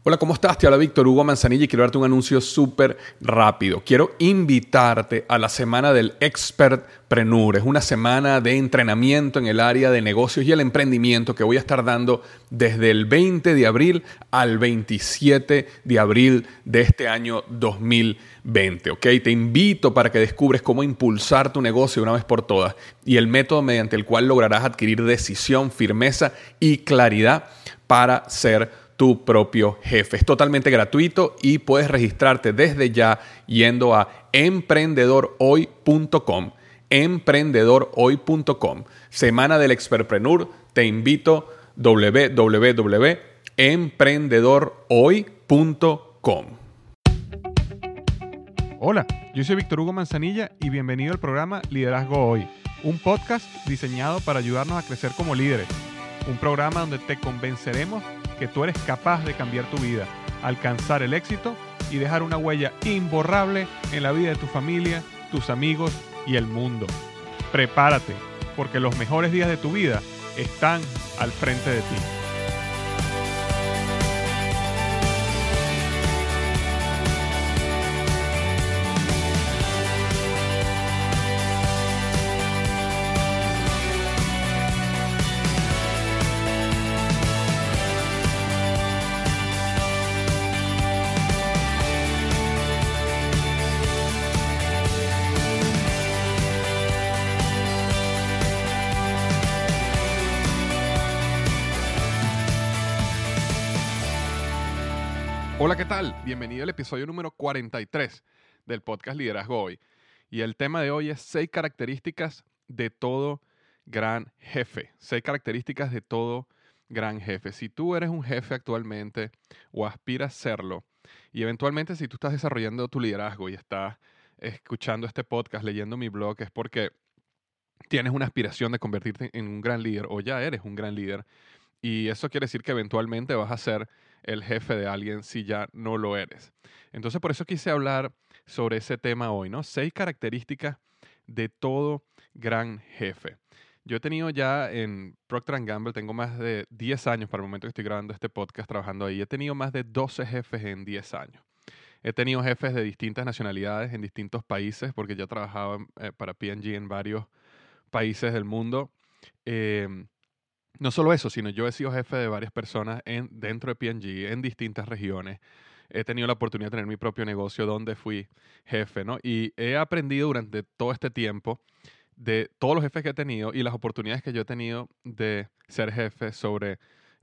Hola, ¿cómo estás? Te habla Víctor Hugo Manzanilla y quiero darte un anuncio súper rápido. Quiero invitarte a la semana del Expertpreneur. Es una semana de entrenamiento en el área de negocios y el emprendimiento que voy a estar dando desde el 20 de abril al 27 de abril de este año 2020. ¿Ok? Te invito para que descubres cómo impulsar tu negocio de una vez por todas y el método mediante el cual lograrás adquirir decisión, firmeza y claridad para ser tu propio jefe. Es totalmente gratuito y puedes registrarte desde ya yendo a emprendedorhoy.com. Emprendedorhoy.com. Semana del Expertpreneur. Te invito www.emprendedorhoy.com. Hola, yo soy Víctor Hugo Manzanilla y bienvenido al programa Liderazgo Hoy, un podcast diseñado para ayudarnos a crecer como líderes. Un programa donde te convenceremos que tú eres capaz de cambiar tu vida, alcanzar el éxito y dejar una huella imborrable en la vida de tu familia, tus amigos y el mundo. Prepárate, porque los mejores días de tu vida están al frente de ti. Hola, ¿qué tal? Bienvenido al episodio número 43 del podcast Liderazgo Hoy. Y el tema de hoy es 6 características de todo gran jefe. 6 características de todo gran jefe. Si tú eres un jefe actualmente o aspiras a serlo, y eventualmente si tú estás desarrollando tu liderazgo y estás escuchando este podcast, leyendo mi blog, es porque tienes una aspiración de convertirte en un gran líder o ya eres un gran líder. Y eso quiere decir que eventualmente vas a ser el jefe de alguien si ya no lo eres. Entonces, por eso quise hablar sobre ese tema hoy, ¿no? 6 características de todo gran jefe. Yo he tenido ya en Procter & Gamble, tengo más de 10 años para el momento que estoy grabando este podcast trabajando ahí. He tenido más de 12 jefes en 10 años. He tenido jefes de distintas nacionalidades en distintos países porque yo trabajaba para P&G en varios países del mundo. No solo eso, sino yo he sido jefe de varias personas dentro de P&G, en distintas regiones. He tenido la oportunidad de tener mi propio negocio donde fui jefe, ¿no? Y he aprendido durante todo este tiempo de todos los jefes que he tenido y las oportunidades que yo he tenido de ser jefe sobre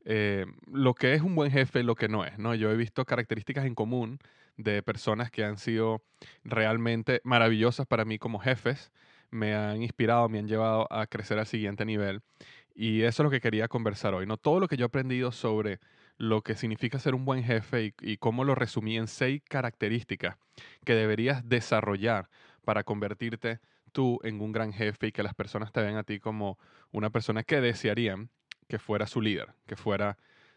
lo que es un buen jefe y lo que no es, ¿no? Yo he visto características en común de personas que han sido realmente maravillosas para mí como jefes, me han inspirado, me han llevado a crecer al siguiente nivel. Y eso es lo que quería conversar hoy, ¿no? Todo lo que yo he aprendido sobre lo que significa ser un buen jefe y cómo lo resumí en 6 características que deberías desarrollar para convertirte tú en un gran jefe y que las personas te vean a ti como una persona que desearían que fuera su líder, que fuera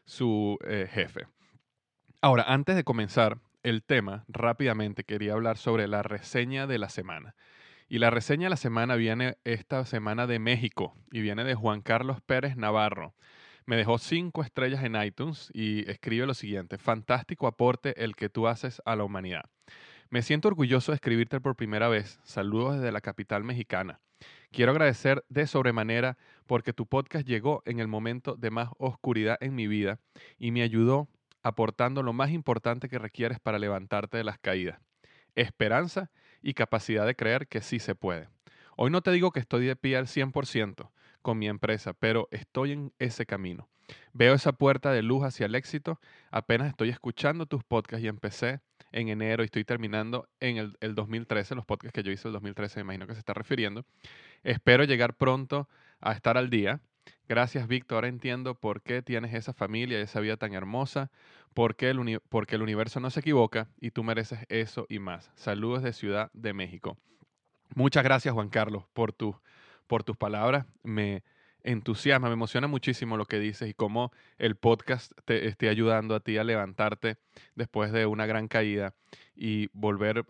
su jefe. Ahora, antes de comenzar el tema, rápidamente quería hablar sobre la reseña de la semana. Y la reseña de la semana viene esta semana de México y viene de Juan Carlos Pérez Navarro. Me dejó 5 estrellas en iTunes y escribe lo siguiente: fantástico aporte el que tú haces a la humanidad. Me siento orgulloso de escribirte por primera vez. Saludos desde la capital mexicana. Quiero agradecer de sobremanera porque tu podcast llegó en el momento de más oscuridad en mi vida y me ayudó aportando lo más importante que requieres para levantarte de las caídas: esperanza y capacidad de creer que sí se puede. Hoy no te digo que estoy de pie al 100% con mi empresa, pero estoy en ese camino. Veo esa puerta de luz hacia el éxito. Apenas estoy escuchando tus podcasts y empecé en enero y estoy terminando en el 2013, los podcasts que yo hice el 2013, me imagino que se está refiriendo. Espero llegar pronto a estar al día. Gracias, Víctor. Ahora entiendo por qué tienes esa familia y esa vida tan hermosa, porque el universo no se equivoca y tú mereces eso y más. Saludos de Ciudad de México. Muchas gracias, Juan Carlos, por tus palabras. Me entusiasma, me emociona muchísimo lo que dices y cómo el podcast te esté ayudando a ti a levantarte después de una gran caída y volver,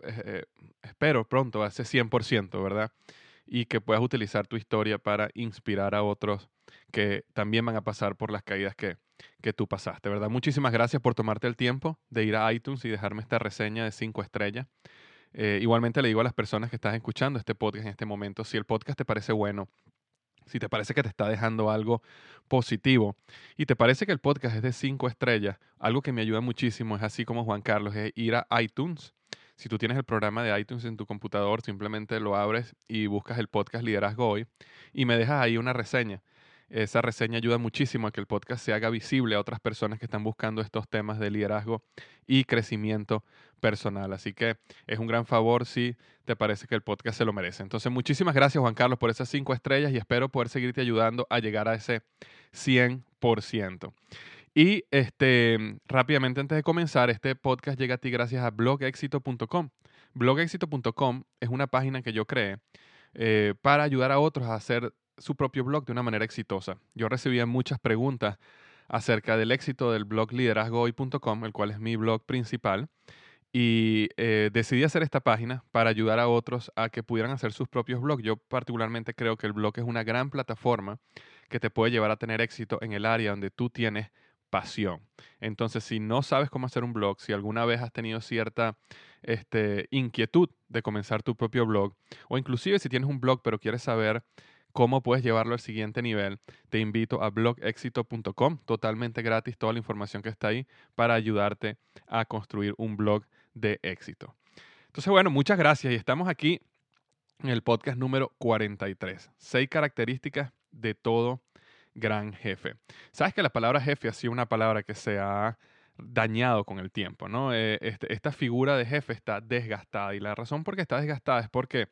espero pronto, a ese 100%, ¿verdad? Y que puedas utilizar tu historia para inspirar a otros que también van a pasar por las caídas que tú pasaste, ¿verdad? Muchísimas gracias por tomarte el tiempo de ir a iTunes y dejarme esta reseña de 5 estrellas. Igualmente le digo a las personas que están escuchando este podcast en este momento, si el podcast te parece bueno, si te parece que te está dejando algo positivo y te parece que el podcast es de 5 estrellas, algo que me ayuda muchísimo es así como Juan Carlos, es ir a iTunes. Si tú tienes el programa de iTunes en tu computador, simplemente lo abres y buscas el podcast Liderazgo Hoy y me dejas ahí una reseña. Esa reseña ayuda muchísimo a que el podcast se haga visible a otras personas que están buscando estos temas de liderazgo y crecimiento personal. Así que es un gran favor si te parece que el podcast se lo merece. Entonces, muchísimas gracias, Juan Carlos, por esas 5 estrellas y espero poder seguirte ayudando a llegar a ese 100%. Y rápidamente antes de comenzar, este podcast llega a ti gracias a blogexito.com. Blogexito.com es una página que yo creé para ayudar a otros a hacer su propio blog de una manera exitosa. Yo recibía muchas preguntas acerca del éxito del blog liderazgohoy.com, el cual es mi blog principal, y decidí hacer esta página para ayudar a otros a que pudieran hacer sus propios blogs. Yo particularmente creo que el blog es una gran plataforma que te puede llevar a tener éxito en el área donde tú tienes pasión. Entonces, si no sabes cómo hacer un blog, si alguna vez has tenido cierta inquietud de comenzar tu propio blog, o inclusive si tienes un blog pero quieres saber cómo puedes llevarlo al siguiente nivel, te invito a blogexito.com, totalmente gratis, toda la información que está ahí para ayudarte a construir un blog de éxito. Entonces, bueno, muchas gracias y estamos aquí en el podcast número 43. 6 características de todo gran jefe. Sabes que la palabra jefe ha sido una palabra que se ha dañado con el tiempo, ¿no? Esta figura de jefe está desgastada y la razón por qué está desgastada es porque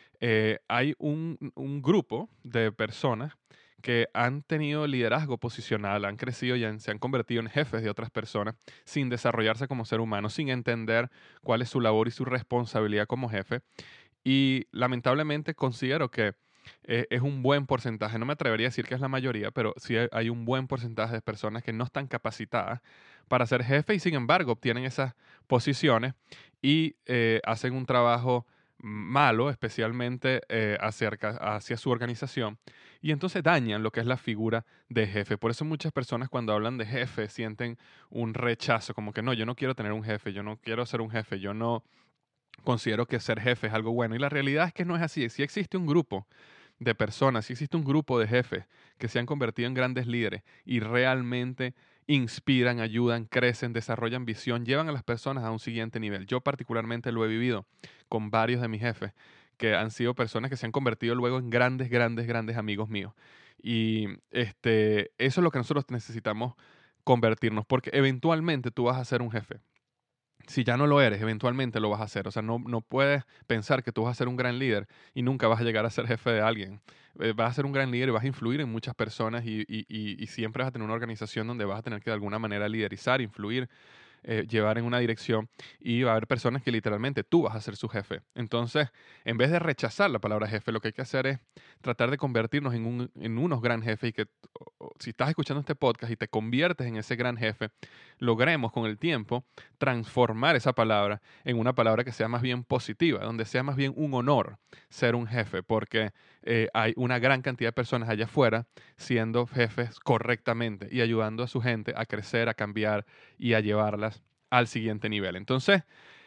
hay un grupo de personas que han tenido liderazgo posicional, han crecido y se han convertido en jefes de otras personas sin desarrollarse como ser humano, sin entender cuál es su labor y su responsabilidad como jefe. Y lamentablemente considero que es un buen porcentaje, no me atrevería a decir que es la mayoría, pero sí hay un buen porcentaje de personas que no están capacitadas para ser jefe y sin embargo obtienen esas posiciones y hacen un trabajo malo, especialmente hacia su organización, y entonces dañan lo que es la figura de jefe. Por eso muchas personas cuando hablan de jefe sienten un rechazo, como que no, yo no quiero tener un jefe, yo no quiero ser un jefe, yo no considero que ser jefe es algo bueno. Y la realidad es que no es así. Si existe un grupo de personas, si existe un grupo de jefes que se han convertido en grandes líderes y realmente inspiran, ayudan, crecen, desarrollan visión, llevan a las personas a un siguiente nivel. Yo particularmente lo he vivido con varios de mis jefes que han sido personas que se han convertido luego en grandes, grandes, grandes amigos míos. Y eso es lo que nosotros necesitamos convertirnos, porque eventualmente tú vas a ser un jefe. Si ya no lo eres, eventualmente lo vas a hacer. O sea, no puedes pensar que tú vas a ser un gran líder y nunca vas a llegar a ser jefe de alguien. Vas a ser un gran líder y vas a influir en muchas personas y siempre vas a tener una organización donde vas a tener que de alguna manera liderizar, influir, llevar en una dirección y va a haber personas que literalmente tú vas a ser su jefe. Entonces, en vez de rechazar la palabra jefe, lo que hay que hacer es tratar de convertirnos en unos gran jefes y que si estás escuchando este podcast y te conviertes en ese gran jefe, logremos con el tiempo transformar esa palabra en una palabra que sea más bien positiva, donde sea más bien un honor ser un jefe, porque hay una gran cantidad de personas allá afuera siendo jefes correctamente y ayudando a su gente a crecer, a cambiar y a llevarlas al siguiente nivel. Entonces,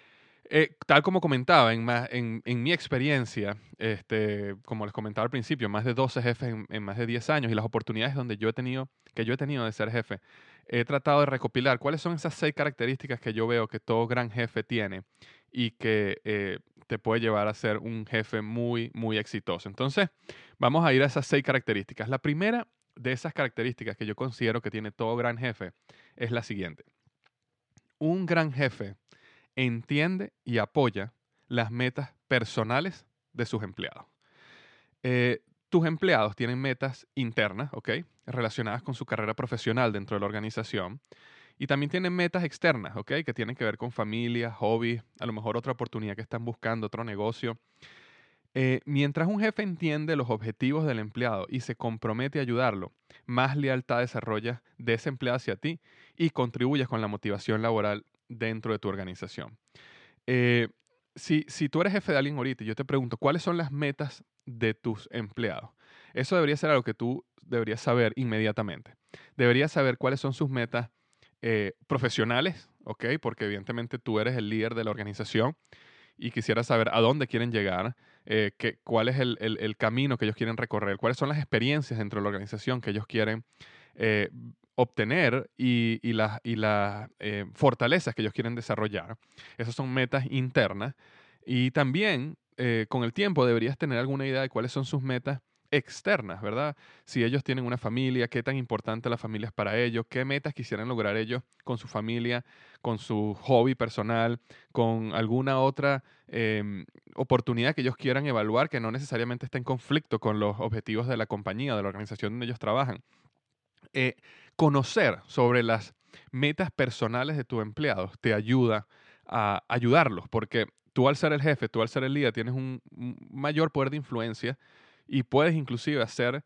tal como comentaba, en mi experiencia, como les comentaba al principio, más de 12 jefes en más de 10 años y las oportunidades donde que yo he tenido de ser jefe, he tratado de recopilar cuáles son esas 6 características que yo veo que todo gran jefe tiene y que te puede llevar a ser un jefe muy, muy exitoso. Entonces, vamos a ir a esas 6 características. La primera de esas características que yo considero que tiene todo gran jefe es la siguiente. Un gran jefe entiende y apoya las metas personales de sus empleados. Tus empleados tienen metas internas, ¿ok? Relacionadas con su carrera profesional dentro de la organización. Y también tienen metas externas, ¿ok? Que tienen que ver con familia, hobbies, a lo mejor otra oportunidad que están buscando, otro negocio. Mientras un jefe entiende los objetivos del empleado y se compromete a ayudarlo, más lealtad desarrollas de ese empleado hacia ti y contribuyes con la motivación laboral dentro de tu organización. Eh, si tú eres jefe de alguien ahorita y yo te pregunto, ¿cuáles son las metas de tus empleados? Eso debería ser algo que tú deberías saber inmediatamente. Deberías saber cuáles son sus metas profesionales, ¿ok? Porque evidentemente tú eres el líder de la organización y quisiera saber a dónde quieren llegar, cuál es el camino que ellos quieren recorrer, cuáles son las experiencias dentro de la organización que ellos quieren eh, obtener y las fortalezas que ellos quieren desarrollar. Esas son metas internas. Y también con el tiempo deberías tener alguna idea de cuáles son sus metas externas, ¿verdad? Si ellos tienen una familia, qué tan importante la familia es para ellos, qué metas quisieran lograr ellos con su familia, con su hobby personal, con alguna otra oportunidad que ellos quieran evaluar que no necesariamente esté en conflicto con los objetivos de la compañía o de la organización donde ellos trabajan. eh, Conocer sobre las metas personales de tus empleados te ayuda a ayudarlos, porque tú al ser el jefe, tú al ser el líder, tienes un mayor poder de influencia y puedes inclusive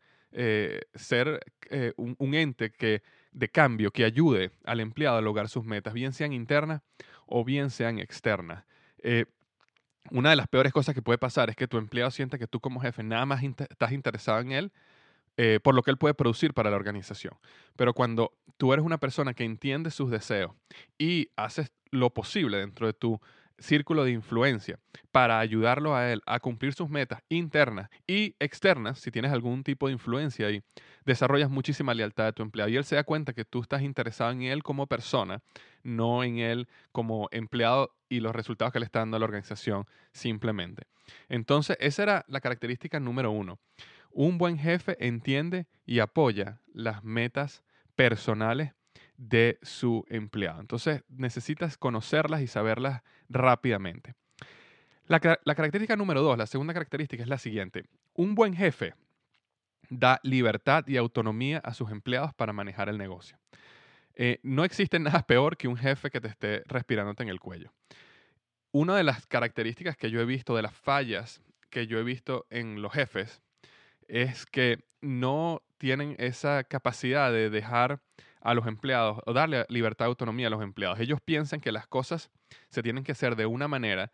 ser un ente de cambio que ayude al empleado a lograr sus metas, bien sean internas o bien sean externas. Eh, una de las peores cosas que puede pasar es que tu empleado sienta que tú como jefe nada más estás interesado en él por lo que él puede producir para la organización. Pero cuando tú eres una persona que entiende sus deseos y haces lo posible dentro de tu círculo de influencia para ayudarlo a él a cumplir sus metas internas y externas, si tienes algún tipo de influencia ahí, desarrollas muchísima lealtad de tu empleado y él se da cuenta que tú estás interesado en él como persona, no en él como empleado y los resultados que le está dando a la organización simplemente. Entonces, esa era la característica número uno. Un buen jefe entiende y apoya las metas personales de su empleado. Entonces, necesitas conocerlas y saberlas rápidamente. La característica número dos, la segunda característica es la siguiente. Un buen jefe da libertad y autonomía a sus empleados para manejar el negocio. No existe nada peor que un jefe que te esté respirándote en el cuello. Una de las características que yo he visto, de las fallas que yo he visto en los jefes, es que no tienen esa capacidad de dejar a los empleados o darle libertad de autonomía a los empleados. Ellos piensan que las cosas se tienen que hacer de una manera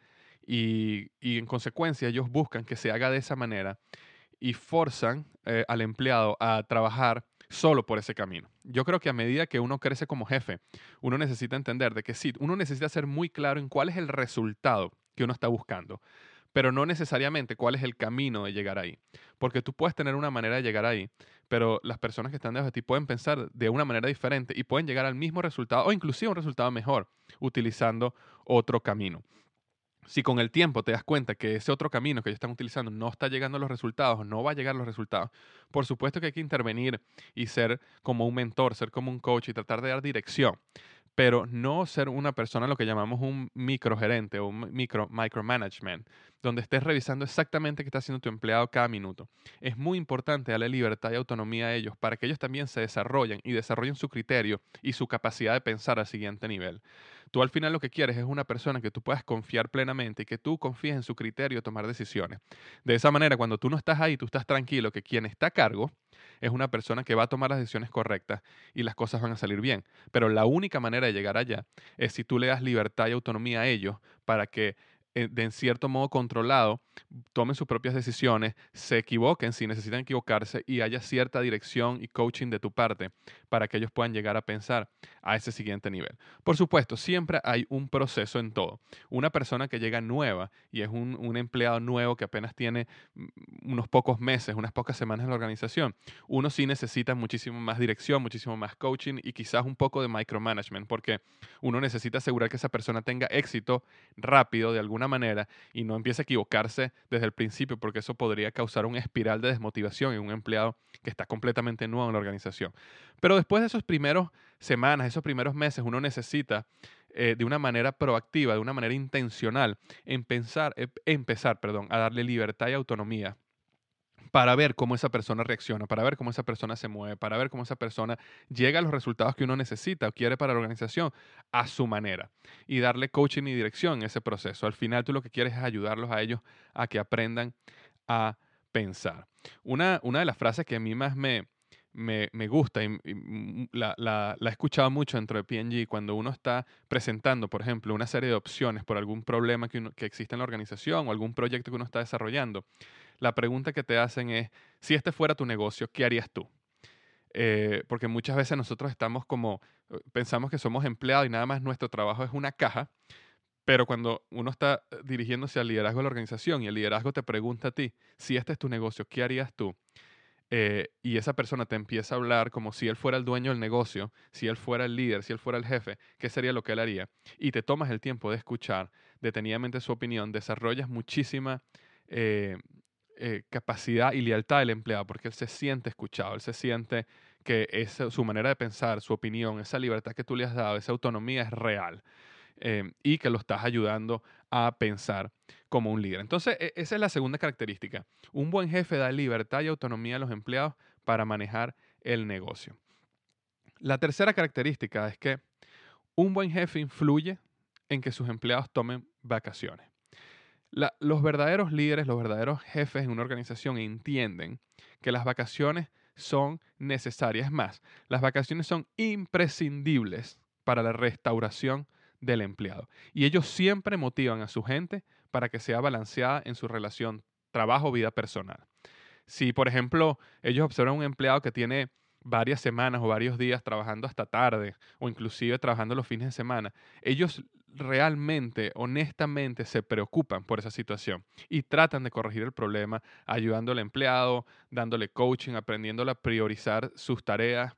y en consecuencia ellos buscan que se haga de esa manera y forzan al empleado a trabajar solo por ese camino. Yo creo que a medida que uno crece como jefe, uno necesita entender de que sí, uno necesita ser muy claro en cuál es el resultado que uno está buscando, pero no necesariamente cuál es el camino de llegar ahí. Porque tú puedes tener una manera de llegar ahí, pero las personas que están debajo de ti pueden pensar de una manera diferente y pueden llegar al mismo resultado o inclusive a un resultado mejor utilizando otro camino. Si con el tiempo te das cuenta que ese otro camino que ellos están utilizando no está llegando a los resultados o no va a llegar a los resultados, por supuesto que hay que intervenir y ser como un mentor, ser como un coach y tratar de dar dirección, pero no ser una persona lo que llamamos un microgerente o un micromanagement, donde estés revisando exactamente qué está haciendo tu empleado cada minuto. Es muy importante darle libertad y autonomía a ellos para que ellos también se desarrollen y desarrollen su criterio y su capacidad de pensar al siguiente nivel. Tú al final lo que quieres es una persona que tú puedas confiar plenamente y que tú confíes en su criterio de tomar decisiones. De esa manera, cuando tú no estás ahí, tú estás tranquilo que quien está a cargo es una persona que va a tomar las decisiones correctas y las cosas van a salir bien. Pero la única manera de llegar allá es si tú le das libertad y autonomía a ellos para que de en cierto modo controlado tomen sus propias decisiones, se equivoquen si necesitan equivocarse y haya cierta dirección y coaching de tu parte para que ellos puedan llegar a pensar a ese siguiente nivel. Por supuesto, siempre hay un proceso en todo. Una persona que llega nueva y es un empleado nuevo que apenas tiene unos pocos meses, unas pocas semanas en la organización, uno sí necesita muchísimo más dirección, muchísimo más coaching y quizás un poco de micromanagement, porque uno necesita asegurar que esa persona tenga éxito rápido de alguna manera y no empiece a equivocarse desde el principio, porque eso podría causar una espiral de desmotivación en un empleado que está completamente nuevo en la organización. Pero después de esos primeros semanas, esos primeros meses, uno necesita de una manera proactiva, de una manera intencional, empezar a darle libertad y autonomía para ver cómo esa persona reacciona, para ver cómo esa persona se mueve, para ver cómo esa persona llega a los resultados que uno necesita o quiere para la organización a su manera y darle coaching y dirección en ese proceso. Al final tú lo que quieres es ayudarlos a ellos a que aprendan a pensar. Una de las frases que a mí más me gusta y la he escuchado mucho dentro de P&G cuando uno está presentando, por ejemplo, una serie de opciones por algún problema que existe en la organización o algún proyecto que uno está desarrollando. La pregunta que te hacen es, si este fuera tu negocio, ¿qué harías tú? porque muchas veces nosotros pensamos que somos empleados y nada más nuestro trabajo es una caja, pero cuando uno está dirigiéndose al liderazgo de la organización y el liderazgo te pregunta a ti, si este es tu negocio, ¿qué harías tú? Y esa persona te empieza a hablar como si él fuera el dueño del negocio, si él fuera el líder, si él fuera el jefe, ¿qué sería lo que él haría? Y te tomas el tiempo de escuchar detenidamente su opinión, desarrollas muchísima eh, capacidad y lealtad del empleado, porque él se siente escuchado, él se siente que su manera de pensar, su opinión, esa libertad que tú le has dado, esa autonomía es real, y que lo estás ayudando a pensar como un líder. Entonces, esa es la segunda característica. Un buen jefe da libertad y autonomía a los empleados para manejar el negocio. La tercera característica es que un buen jefe influye en que sus empleados tomen vacaciones. Los verdaderos líderes, los verdaderos jefes en una organización entienden que las vacaciones son necesarias. Es más, las vacaciones son imprescindibles para la restauración del empleado. Y ellos siempre motivan a su gente para que sea balanceada en su relación trabajo-vida personal. Si, por ejemplo, ellos observan a un empleado que tiene varias semanas o varios días trabajando hasta tarde o inclusive trabajando los fines de semana, ellos realmente, honestamente, se preocupan por esa situación y tratan de corregir el problema, ayudando al empleado, dándole coaching, aprendiéndole a priorizar sus tareas,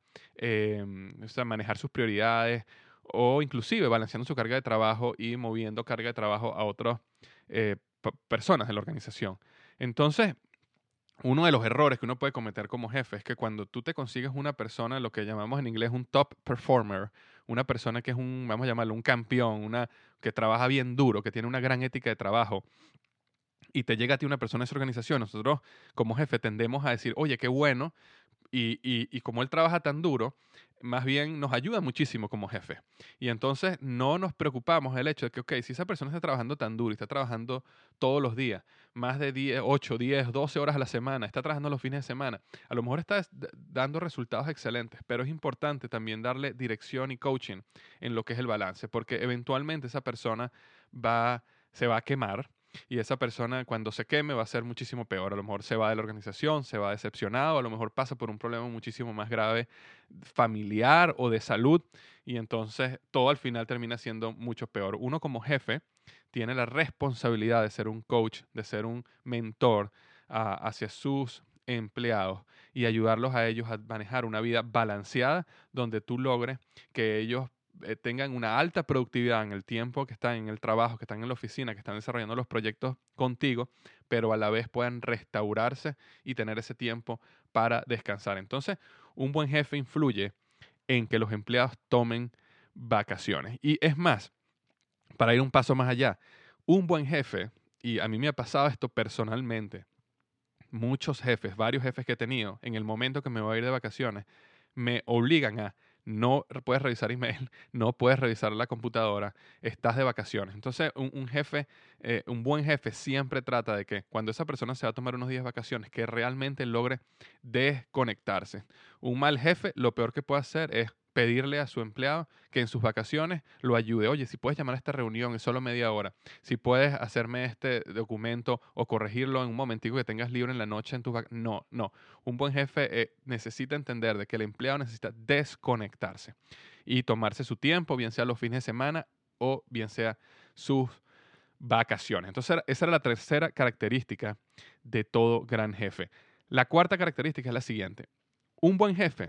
o sea, manejar sus prioridades o inclusive balanceando su carga de trabajo y moviendo carga de trabajo a otras personas de la organización. Entonces, uno de los errores que uno puede cometer como jefe es que cuando tú te consigues una persona, lo que llamamos en inglés un top performer, una persona que es vamos a llamarlo, un campeón, que trabaja bien duro, que tiene una gran ética de trabajo, y te llega a ti una persona de esa organización, nosotros como jefe tendemos a decir, oye, qué bueno, y como él trabaja tan duro, más bien nos ayuda muchísimo como jefe. Y entonces no nos preocupamos del hecho de que, ok, si esa persona está trabajando tan duro y está trabajando todos los días, más de 10, 8, 10, 12 horas a la semana, está trabajando los fines de semana, a lo mejor está dando resultados excelentes, pero es importante también darle dirección y coaching en lo que es el balance, porque eventualmente esa persona se va a quemar y esa persona cuando se queme va a ser muchísimo peor. A lo mejor se va de la organización, se va decepcionado, a lo mejor pasa por un problema muchísimo más grave familiar o de salud y entonces todo al final termina siendo mucho peor. Uno como jefe tiene la responsabilidad de ser un coach, de ser un mentor hacia sus empleados y ayudarlos a ellos a manejar una vida balanceada donde tú logres que ellos tengan una alta productividad en el tiempo que están en el trabajo, que están en la oficina, que están desarrollando los proyectos contigo, pero a la vez puedan restaurarse y tener ese tiempo para descansar. Entonces, un buen jefe influye en que los empleados tomen vacaciones. Y es más, para ir un paso más allá, un buen jefe, y a mí me ha pasado esto personalmente, muchos jefes, varios jefes que he tenido, en el momento que me voy a ir de vacaciones, me obligan a no puedes revisar email, no puedes revisar la computadora, estás de vacaciones. Entonces, un jefe, un buen jefe siempre trata de que cuando esa persona se va a tomar unos días de vacaciones, que realmente logre desconectarse. Un mal jefe, lo peor que puede hacer es pedirle a su empleado que en sus vacaciones lo ayude. Oye, si puedes llamar a esta reunión, es solo media hora. Si puedes hacerme este documento o corregirlo en un momentico que tengas libre en la noche en tus vacaciones. No, no. Un buen jefe necesita entender de que el empleado necesita desconectarse y tomarse su tiempo, bien sea los fines de semana o bien sea sus vacaciones. Entonces, esa era la tercera característica de todo gran jefe. La cuarta característica es la siguiente. Un buen jefe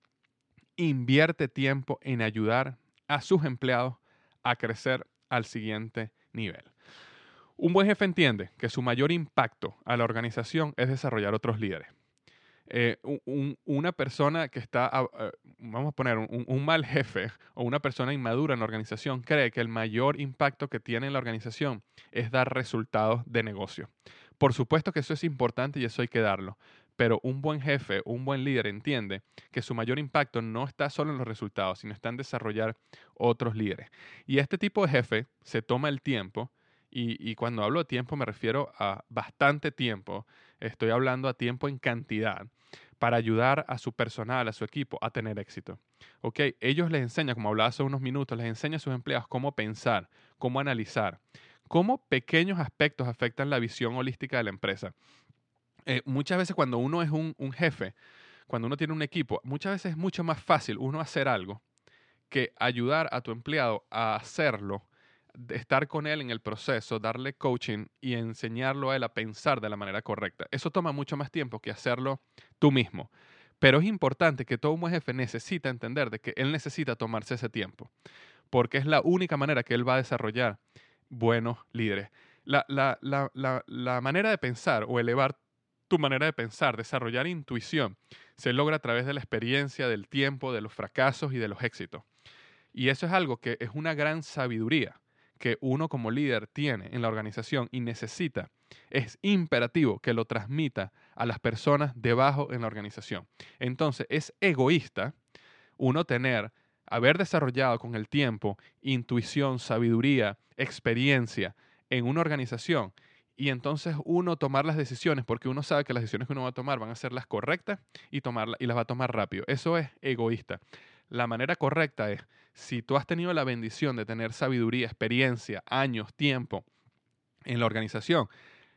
invierte tiempo en ayudar a sus empleados a crecer al siguiente nivel. Un buen jefe entiende que su mayor impacto a la organización es desarrollar otros líderes. Una persona que está, vamos a poner, un mal jefe o una persona inmadura en la organización cree que el mayor impacto que tiene en la organización es dar resultados de negocio. Por supuesto que eso es importante y eso hay que darlo, pero un buen jefe, un buen líder entiende que su mayor impacto no está solo en los resultados, sino está en desarrollar otros líderes. Y este tipo de jefe se toma el tiempo, y cuando hablo de tiempo me refiero a bastante tiempo, estoy hablando a tiempo en cantidad, para ayudar a su personal, a su equipo a tener éxito. ¿Ok? Ellos les enseñan, como hablaba hace unos minutos, les enseñan a sus empleados cómo pensar, cómo analizar, cómo pequeños aspectos afectan la visión holística de la empresa. Muchas veces cuando uno es un jefe, cuando uno tiene un equipo, muchas veces es mucho más fácil uno hacer algo que ayudar a tu empleado a hacerlo, de estar con él en el proceso, darle coaching y enseñarlo a él a pensar de la manera correcta. Eso toma mucho más tiempo que hacerlo tú mismo. Pero es importante que todo un buen jefe necesita entender de que él necesita tomarse ese tiempo, porque es la única manera que él va a desarrollar buenos líderes. La manera de pensar o elevar tu manera de pensar, desarrollar intuición, se logra a través de la experiencia, del tiempo, de los fracasos y de los éxitos. Y eso es algo que es una gran sabiduría que uno como líder tiene en la organización y necesita. Es imperativo que lo transmita a las personas debajo en la organización. Entonces, es egoísta uno haber desarrollado con el tiempo intuición, sabiduría, experiencia en una organización y entonces uno tomar las decisiones porque uno sabe que las decisiones que uno va a tomar van a ser las correctas y las va a tomar rápido. Eso es egoísta. La manera correcta es, si tú has tenido la bendición de tener sabiduría, experiencia, años, tiempo en la organización,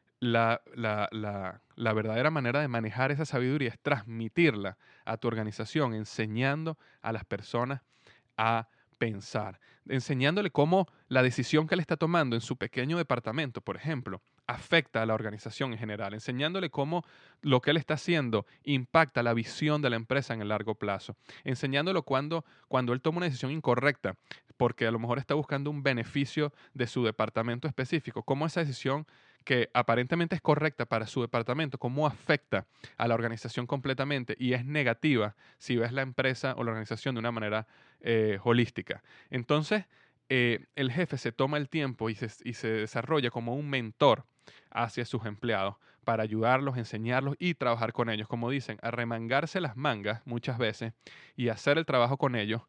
la verdadera manera de manejar esa sabiduría es transmitirla a tu organización, enseñando a las personas a pensar, enseñándole cómo la decisión que él está tomando en su pequeño departamento, por ejemplo, afecta a la organización en general, enseñándole cómo lo que él está haciendo impacta la visión de la empresa en el largo plazo, enseñándolo cuando él toma una decisión incorrecta, porque a lo mejor está buscando un beneficio de su departamento específico, cómo esa decisión que aparentemente es correcta para su departamento, cómo afecta a la organización completamente y es negativa si ves la empresa o la organización de una manera holística. Entonces, el jefe se toma el tiempo y se desarrolla como un mentor hacia sus empleados para ayudarlos, enseñarlos y trabajar con ellos. Como dicen, arremangarse las mangas muchas veces y hacer el trabajo con ellos,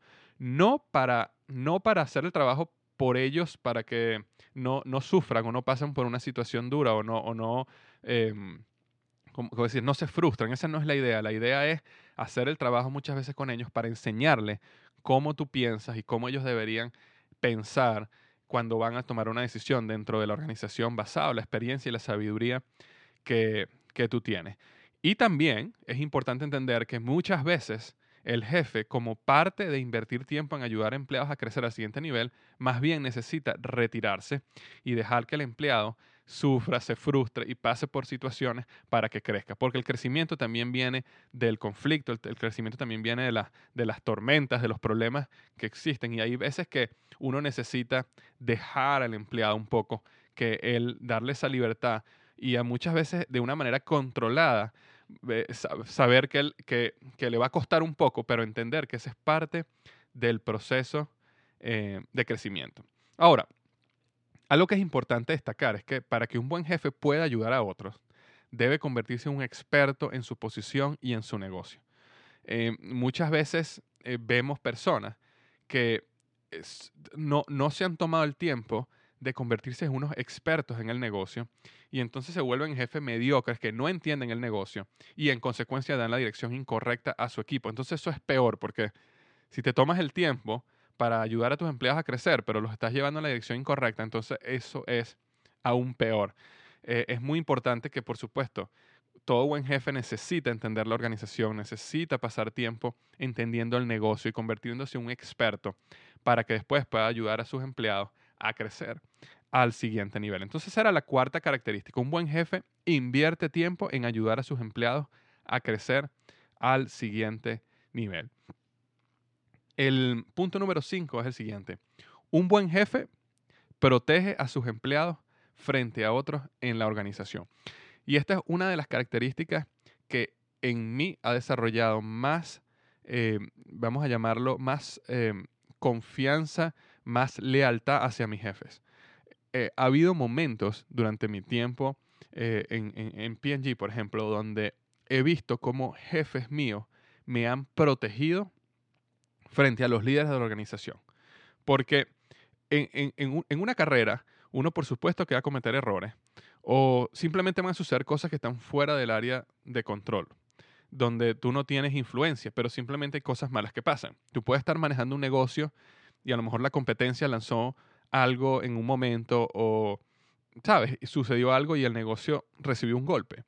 no para hacer el trabajo por ellos, para que no sufran o no pasen por una situación dura o no como decir, no se frustran. Esa no es la idea. La idea es hacer el trabajo muchas veces con ellos para enseñarles cómo tú piensas y cómo ellos deberían pensar cuando van a tomar una decisión dentro de la organización basada en la experiencia y la sabiduría que tú tienes. Y también es importante entender que muchas veces el jefe, como parte de invertir tiempo en ayudar a empleados a crecer al siguiente nivel, más bien necesita retirarse y dejar que el empleado sufra, se frustre y pase por situaciones para que crezca. Porque el crecimiento también viene del conflicto, el crecimiento también viene de las tormentas, de los problemas que existen. Y hay veces que uno necesita dejar al empleado un poco, que él darle esa libertad y a muchas veces de una manera controlada, saber que le va a costar un poco, pero entender que esa es parte del proceso de crecimiento. Ahora, algo que es importante destacar es que para que un buen jefe pueda ayudar a otros, debe convertirse en un experto en su posición y en su negocio. Muchas veces vemos personas que no se han tomado el tiempo de convertirse en unos expertos en el negocio y entonces se vuelven jefes mediocres que no entienden el negocio y en consecuencia dan la dirección incorrecta a su equipo. Entonces eso es peor porque si te tomas el tiempo para ayudar a tus empleados a crecer, pero los estás llevando en la dirección incorrecta, entonces eso es aún peor. Es muy importante que, por supuesto, todo buen jefe necesita entender la organización, necesita pasar tiempo entendiendo el negocio y convirtiéndose en un experto para que después pueda ayudar a sus empleados a crecer al siguiente nivel. Entonces, esa era la cuarta característica. Un buen jefe invierte tiempo en ayudar a sus empleados a crecer al siguiente nivel. El punto número 5 es el siguiente. Un buen jefe protege a sus empleados frente a otros en la organización. Y esta es una de las características que en mí ha desarrollado más, vamos a llamarlo, más confianza, más lealtad hacia mis jefes. Ha habido momentos durante mi tiempo en P&G, por ejemplo, donde he visto cómo jefes míos me han protegido frente a los líderes de la organización. Porque en una carrera, uno por supuesto que va a cometer errores o simplemente van a suceder cosas que están fuera del área de control, donde tú no tienes influencia, pero simplemente hay cosas malas que pasan. Tú puedes estar manejando un negocio y a lo mejor la competencia lanzó algo en un momento o, ¿sabes? Sucedió algo y el negocio recibió un golpe.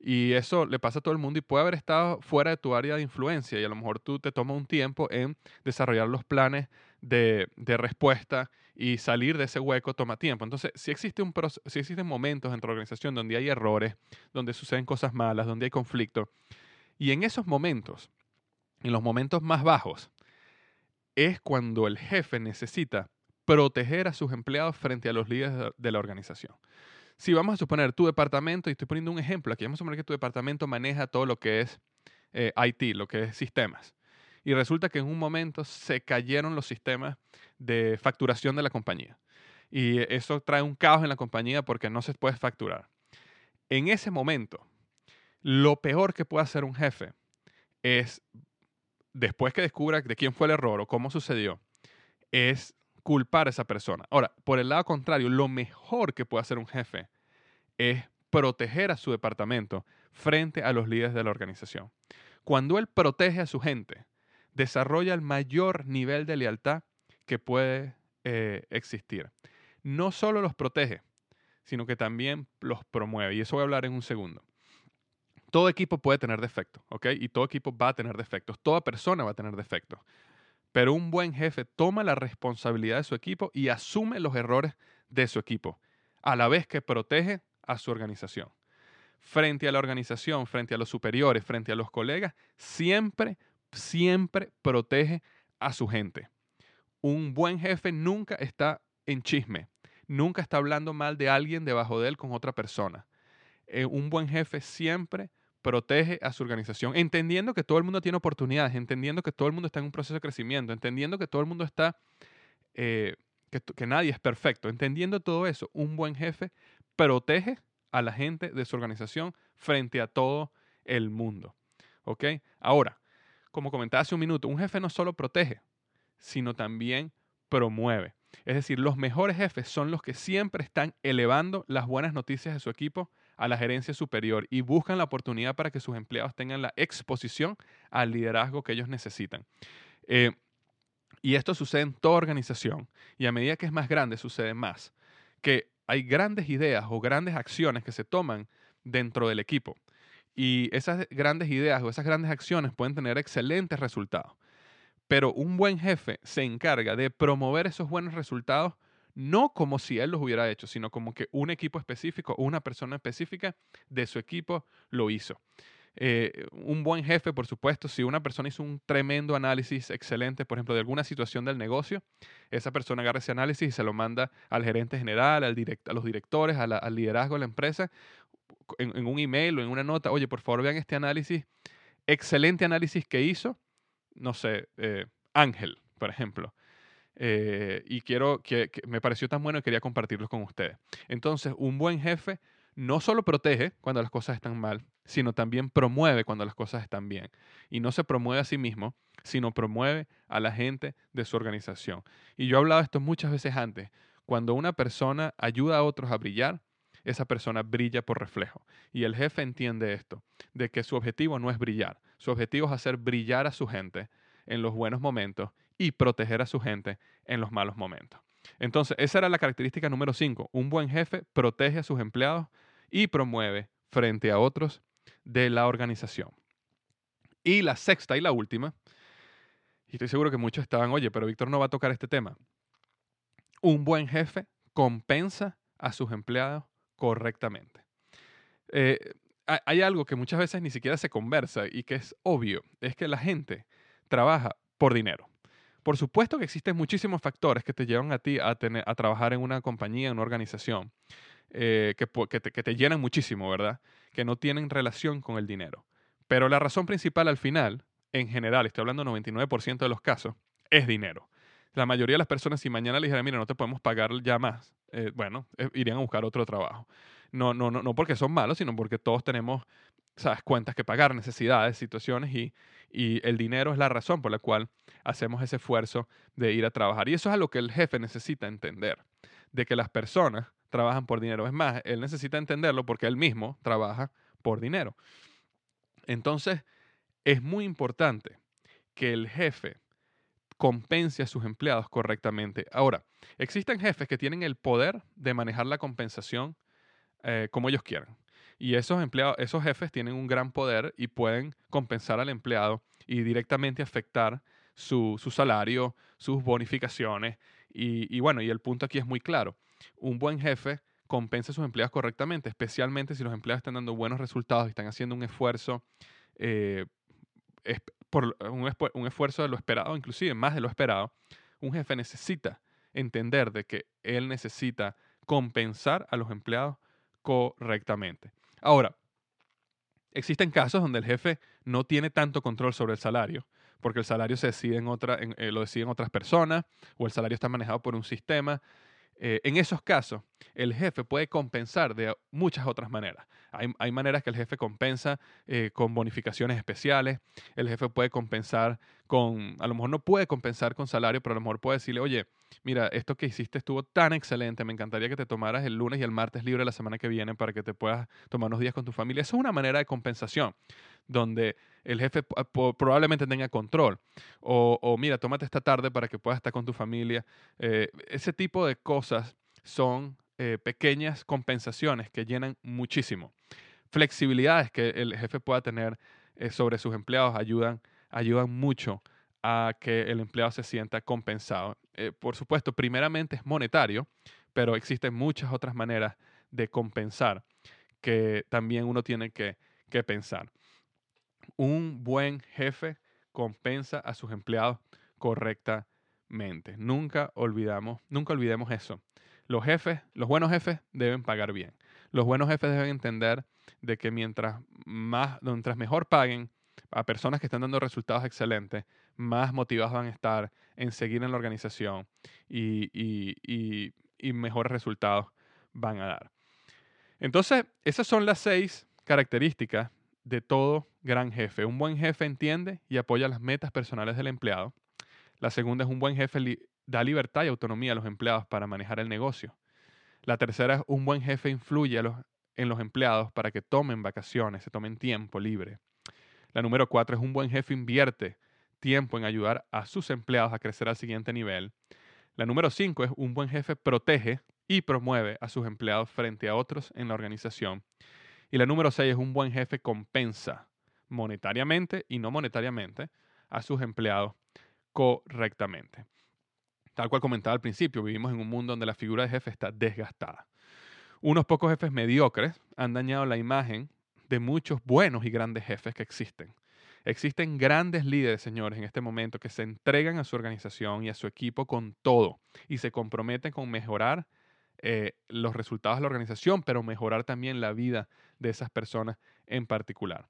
Y eso le pasa a todo el mundo y puede haber estado fuera de tu área de influencia y a lo mejor tú te tomas un tiempo en desarrollar los planes de respuesta y salir de ese hueco toma tiempo. Entonces, si existen momentos en tu organización donde hay errores, donde suceden cosas malas, donde hay conflicto, y en esos momentos, en los momentos más bajos, es cuando el jefe necesita proteger a sus empleados frente a los líderes de la organización. Si vamos a suponer tu departamento, y estoy poniendo un ejemplo aquí, vamos a suponer que tu departamento maneja todo lo que es IT, lo que es sistemas. Y resulta que en un momento se cayeron los sistemas de facturación de la compañía. Y eso trae un caos en la compañía porque no se puede facturar. En ese momento, lo peor que puede hacer un jefe es, después que descubra de quién fue el error o cómo sucedió, es culpar a esa persona. Ahora, por el lado contrario, lo mejor que puede hacer un jefe es proteger a su departamento frente a los líderes de la organización. Cuando él protege a su gente, desarrolla el mayor nivel de lealtad que puede existir. No solo los protege, sino que también los promueve. Y eso voy a hablar en un segundo. Todo equipo puede tener defectos, ¿ok? Y todo equipo va a tener defectos. Toda persona va a tener defectos. Pero un buen jefe toma la responsabilidad de su equipo y asume los errores de su equipo, a la vez que protege a su organización. Frente a la organización, frente a los superiores, frente a los colegas, siempre, siempre protege a su gente. Un buen jefe nunca está en chisme, nunca está hablando mal de alguien debajo de él con otra persona. Un buen jefe siempre protege a su organización, entendiendo que todo el mundo tiene oportunidades, entendiendo que todo el mundo está en un proceso de crecimiento, entendiendo que todo el mundo está, que nadie es perfecto, entendiendo todo eso, un buen jefe protege a la gente de su organización frente a todo el mundo. ¿Ok? Ahora, como comentaba hace un minuto, un jefe no solo protege, sino también promueve. Es decir, los mejores jefes son los que siempre están elevando las buenas noticias de su equipo a la gerencia superior y buscan la oportunidad para que sus empleados tengan la exposición al liderazgo que ellos necesitan. Eh, y esto sucede en toda organización y a medida que es más grande sucede más, que hay grandes ideas o grandes acciones que se toman dentro del equipo y esas grandes ideas o esas grandes acciones pueden tener excelentes resultados. Pero un buen jefe se encarga de promover esos buenos resultados, no como si él los hubiera hecho, sino como que un equipo específico o una persona específica de su equipo lo hizo. Un buen jefe, por supuesto, si una persona hizo un tremendo análisis excelente, por ejemplo, de alguna situación del negocio, esa persona agarra ese análisis y se lo manda al gerente general, a los directores, al liderazgo de la empresa, en un email o en una nota. Oye, por favor, vean este análisis, excelente análisis que hizo, no sé, Ángel, por ejemplo. Y quiero que me pareció tan bueno que quería compartirlo con ustedes. Entonces, un buen jefe no solo protege cuando las cosas están mal, sino también promueve cuando las cosas están bien. Y no se promueve a sí mismo, sino promueve a la gente de su organización. Y yo he hablado de esto muchas veces antes. Cuando una persona ayuda a otros a brillar, esa persona brilla por reflejo. Y el jefe entiende esto, de que su objetivo no es brillar, su objetivo es hacer brillar a su gente en los buenos momentos y proteger a su gente en los malos momentos. Entonces, esa era la característica número 5. Un buen jefe protege a sus empleados y promueve frente a otros de la organización. Y la sexta y la última, y estoy seguro que muchos estaban, oye, pero Víctor no va a tocar este tema. Un buen jefe compensa a sus empleados correctamente. Eh, hay algo que muchas veces ni siquiera se conversa y que es obvio, es que la gente trabaja por dinero. Por supuesto que existen muchísimos factores que te llevan a ti a trabajar en una compañía, en una organización, que te llenan muchísimo, ¿verdad? Que no tienen relación con el dinero. Pero la razón principal al final, en general, estoy hablando del 99% de los casos, es dinero. La mayoría de las personas, si mañana le dijeran, mira, no te podemos pagar ya más, irían a buscar otro trabajo. No porque son malos, sino porque todos tenemos, ¿sabes?, cuentas que pagar, necesidades, situaciones y el dinero es la razón por la cual hacemos ese esfuerzo de ir a trabajar. Y eso es a lo que el jefe necesita entender, de que las personas trabajan por dinero. Es más, él necesita entenderlo porque él mismo trabaja por dinero. Entonces, es muy importante que el jefe compense a sus empleados correctamente. Ahora, existen jefes que tienen el poder de manejar la compensación como ellos quieran. Y esos jefes tienen un gran poder y pueden compensar al empleado y directamente afectar su salario, sus bonificaciones. Y bueno, y el punto aquí es muy claro. Un buen jefe compensa a sus empleados correctamente, especialmente si los empleados están dando buenos resultados y están haciendo un esfuerzo, eh, un esfuerzo de lo esperado, inclusive más de lo esperado. Un jefe necesita entender de que él necesita compensar a los empleados correctamente. Ahora, existen casos donde el jefe no tiene tanto control sobre el salario, porque el salario se decide lo deciden otras personas o el salario está manejado por un sistema. En esos casos, el jefe puede compensar de muchas otras maneras. Hay maneras que el jefe compensa con bonificaciones especiales. El jefe puede compensar a lo mejor no puede compensar con salario, pero a lo mejor puede decirle, oye, mira, esto que hiciste estuvo tan excelente, me encantaría que te tomaras el lunes y el martes libre la semana que viene para que te puedas tomar unos días con tu familia. Eso es una manera de compensación donde el jefe probablemente tenga control. O mira, tómate esta tarde para que puedas estar con tu familia. Ese tipo de cosas son pequeñas compensaciones que llenan muchísimo. Flexibilidades que el jefe pueda tener sobre sus empleados ayudan mucho a que el empleado se sienta compensado. Por supuesto, primeramente es monetario, pero existen muchas otras maneras de compensar que también uno tiene que pensar. Un buen jefe compensa a sus empleados correctamente. Nunca olvidemos eso. Los buenos jefes deben pagar bien. Los buenos jefes deben entender de que mientras mejor paguen a personas que están dando resultados excelentes, más motivados van a estar en seguir en la organización y mejores resultados van a dar. Entonces, esas son las 6 características de todo gran jefe. Un buen jefe entiende y apoya las metas personales del empleado. La segunda es un buen jefe da libertad y autonomía a los empleados para manejar el negocio. La tercera es un buen jefe influye en los empleados para que tomen vacaciones, se tomen tiempo libre. La número 4 es un buen jefe invierte tiempo en ayudar a sus empleados a crecer al siguiente nivel. La número 5 es un buen jefe protege y promueve a sus empleados frente a otros en la organización. Y la número 6 es un buen jefe compensa monetariamente y no monetariamente a sus empleados correctamente. Tal cual comentaba al principio, vivimos en un mundo donde la figura de jefe está desgastada. Unos pocos jefes mediocres han dañado la imagen de muchos buenos y grandes jefes que existen. Existen grandes líderes, señores, en este momento que se entregan a su organización y a su equipo con todo y se comprometen con mejorar los resultados de la organización, pero mejorar también la vida de esas personas en particular.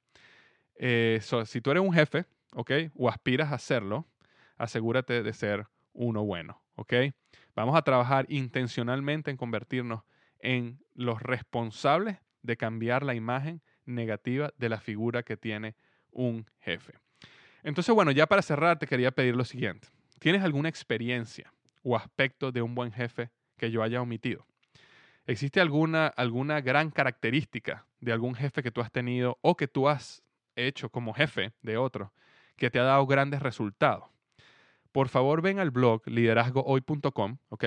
Si tú eres un jefe, ¿ok? O aspiras a hacerlo, asegúrate de ser uno bueno, ¿ok? Vamos a trabajar intencionalmente en convertirnos en los responsables de cambiar la imagen negativa de la figura que tiene un jefe. Entonces, bueno, ya para cerrar te quería pedir lo siguiente. ¿Tienes alguna experiencia o aspecto de un buen jefe que yo haya omitido? ¿Existe alguna gran característica de algún jefe que tú has tenido o que tú has hecho como jefe de otro que te ha dado grandes resultados? Por favor, ven al blog liderazgohoy.com, ¿ok?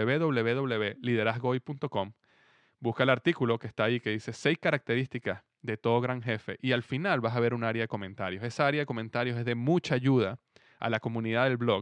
www.liderazgohoy.com. Busca el artículo que está ahí que dice 6 características de todo gran jefe y al final vas a ver un área de comentarios. Esa área de comentarios es de mucha ayuda a la comunidad del blog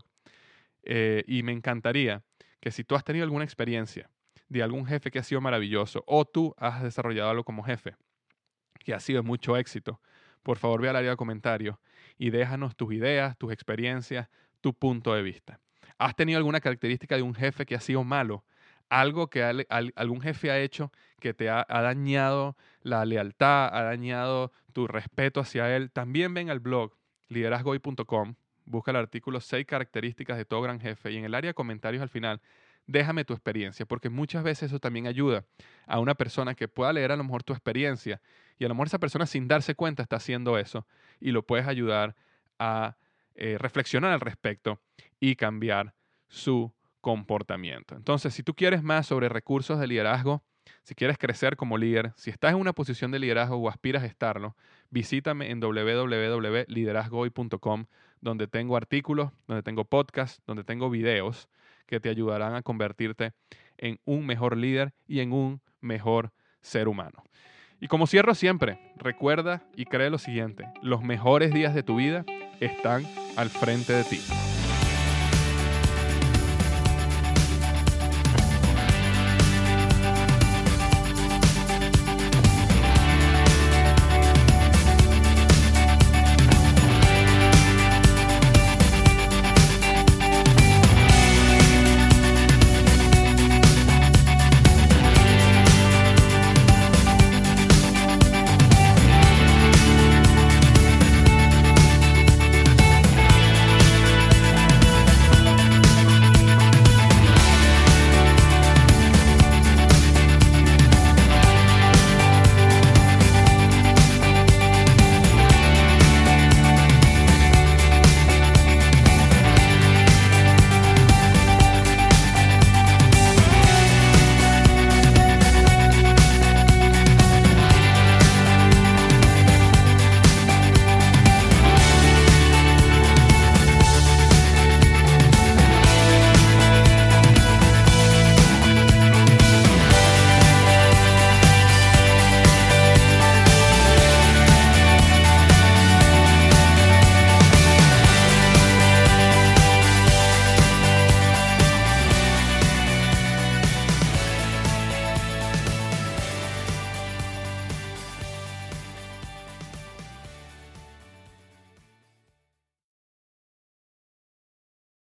y me encantaría que si tú has tenido alguna experiencia de algún jefe que ha sido maravilloso o tú has desarrollado algo como jefe que ha sido de mucho éxito, por favor ve al área de comentarios y déjanos tus ideas, tus experiencias, tu punto de vista. ¿Has tenido alguna característica de un jefe que ha sido malo? Algo que algún jefe ha hecho que te ha dañado la lealtad, ha dañado tu respeto hacia él. También ven al blog liderazgohoy.com, busca el artículo 6 características de todo gran jefe y en el área de comentarios al final déjame tu experiencia, porque muchas veces eso también ayuda a una persona que pueda leer a lo mejor tu experiencia y a lo mejor esa persona sin darse cuenta está haciendo eso y lo puedes ayudar a reflexionar al respecto y cambiar su comportamiento. Entonces, si tú quieres más sobre recursos de liderazgo, si quieres crecer como líder, si estás en una posición de liderazgo o aspiras a estarlo, visítame en www.liderazgohoy.com, donde tengo artículos, donde tengo podcasts, donde tengo videos que te ayudarán a convertirte en un mejor líder y en un mejor ser humano. Y como cierro siempre, recuerda y cree lo siguiente: los mejores días de tu vida están al frente de ti.